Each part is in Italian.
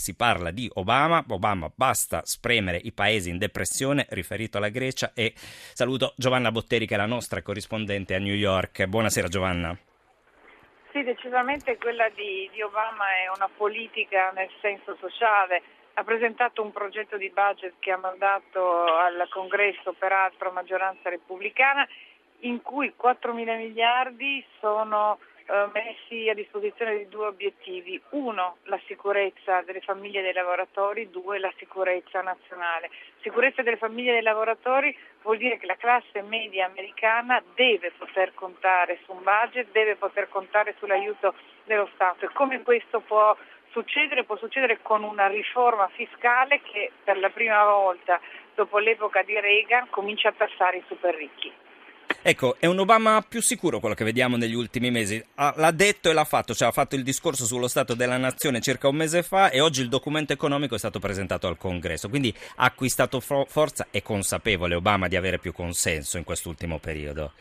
si parla di Obama, basta spremere i paesi in depressione, riferito alla Grecia. E saluto Giovanna Botteri, che è la nostra corrispondente a New York. Buonasera Giovanna. Sì, decisamente quella di Obama è una politica nel senso sociale. Ha presentato un progetto di budget che ha mandato al Congresso, peraltro a maggioranza repubblicana, in cui 4.000 miliardi sono messi a disposizione di due obiettivi: uno, la sicurezza delle famiglie e dei lavoratori; due, la sicurezza nazionale. Sicurezza delle famiglie e dei lavoratori vuol dire che la classe media americana deve poter contare su un budget, deve poter contare sull'aiuto dello Stato, e come questo può succedere con una riforma fiscale che per la prima volta dopo l'epoca di Reagan comincia a tassare i super ricchi. Ecco, è un Obama più sicuro quello che vediamo negli ultimi mesi. L'ha detto e l'ha fatto, cioè ha fatto il discorso sullo Stato della Nazione circa un mese fa, e oggi il documento economico è stato presentato al Congresso, quindi ha acquistato forza. È consapevole Obama di avere più consenso in quest'ultimo periodo?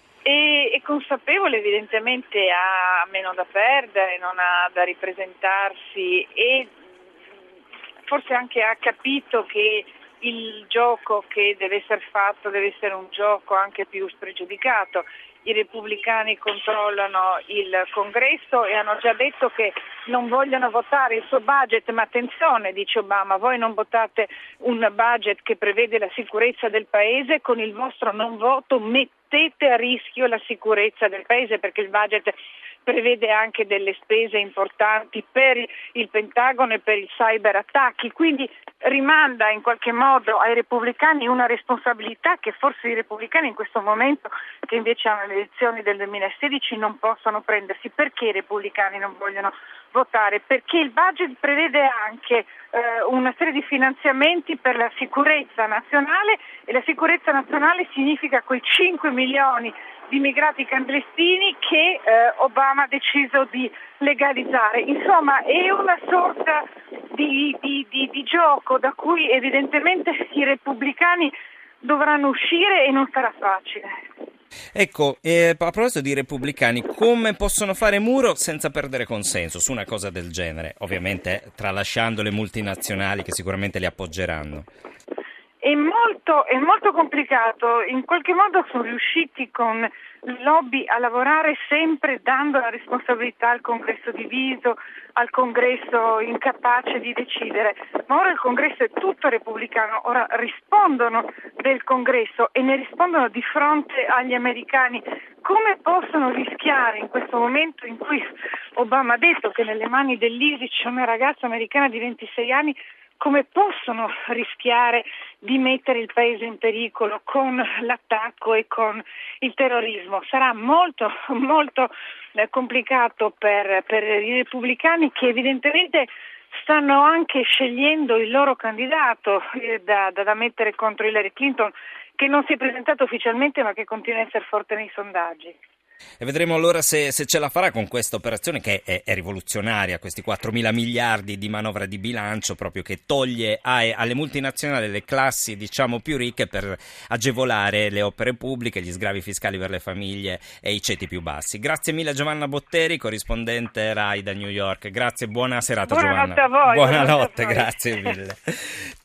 È consapevole, evidentemente ha meno da perdere, non ha da ripresentarsi, e forse anche ha capito che il gioco che deve essere fatto deve essere un gioco anche più spregiudicato. I repubblicani controllano il Congresso e hanno già detto che non vogliono votare il suo budget, ma attenzione, dice Obama, voi non votate un budget che prevede la sicurezza del Paese, con il vostro non voto mettete a rischio la sicurezza del Paese, perché il budget prevede anche delle spese importanti per il Pentagono e per i cyberattacchi, quindi rimanda in qualche modo ai repubblicani una responsabilità che forse i repubblicani in questo momento, che invece hanno le elezioni del 2016, non possono prendersi. Perché i repubblicani non vogliono votare? Perché il budget prevede anche una serie di finanziamenti per la sicurezza nazionale, e la sicurezza nazionale significa quei 5 milioni di immigrati clandestini che Obama ha deciso di legalizzare. Insomma, è una sorta di gioco da cui evidentemente i repubblicani dovranno uscire, e non sarà facile. Ecco, a proposito di repubblicani, come possono fare muro senza perdere consenso su una cosa del genere? Ovviamente tralasciando le multinazionali che sicuramente li appoggeranno. È molto complicato. In qualche modo sono riusciti con il lobby a lavorare sempre dando la responsabilità al Congresso diviso, al Congresso incapace di decidere. Ma ora il Congresso è tutto repubblicano, ora rispondono del Congresso e ne rispondono di fronte agli americani. Come possono rischiare in questo momento in cui Obama ha detto che nelle mani dell'ISIS c'è una ragazza americana di 26 anni, come possono rischiare di mettere il paese in pericolo con l'attacco e con il terrorismo? Sarà molto complicato per i repubblicani, che evidentemente stanno anche scegliendo il loro candidato da mettere contro Hillary Clinton, che non si è presentato ufficialmente ma che continua a essere forte nei sondaggi. E vedremo allora se ce la farà con questa operazione che è rivoluzionaria, questi 4.000 miliardi di manovra di bilancio, proprio che toglie alle multinazionali le classi diciamo più ricche per agevolare le opere pubbliche, gli sgravi fiscali per le famiglie e i ceti più bassi. Grazie mille Giovanna Botteri, corrispondente Rai da New York. Grazie, buona serata. Buonanotte Giovanna. A voi. Buonanotte, grazie mille.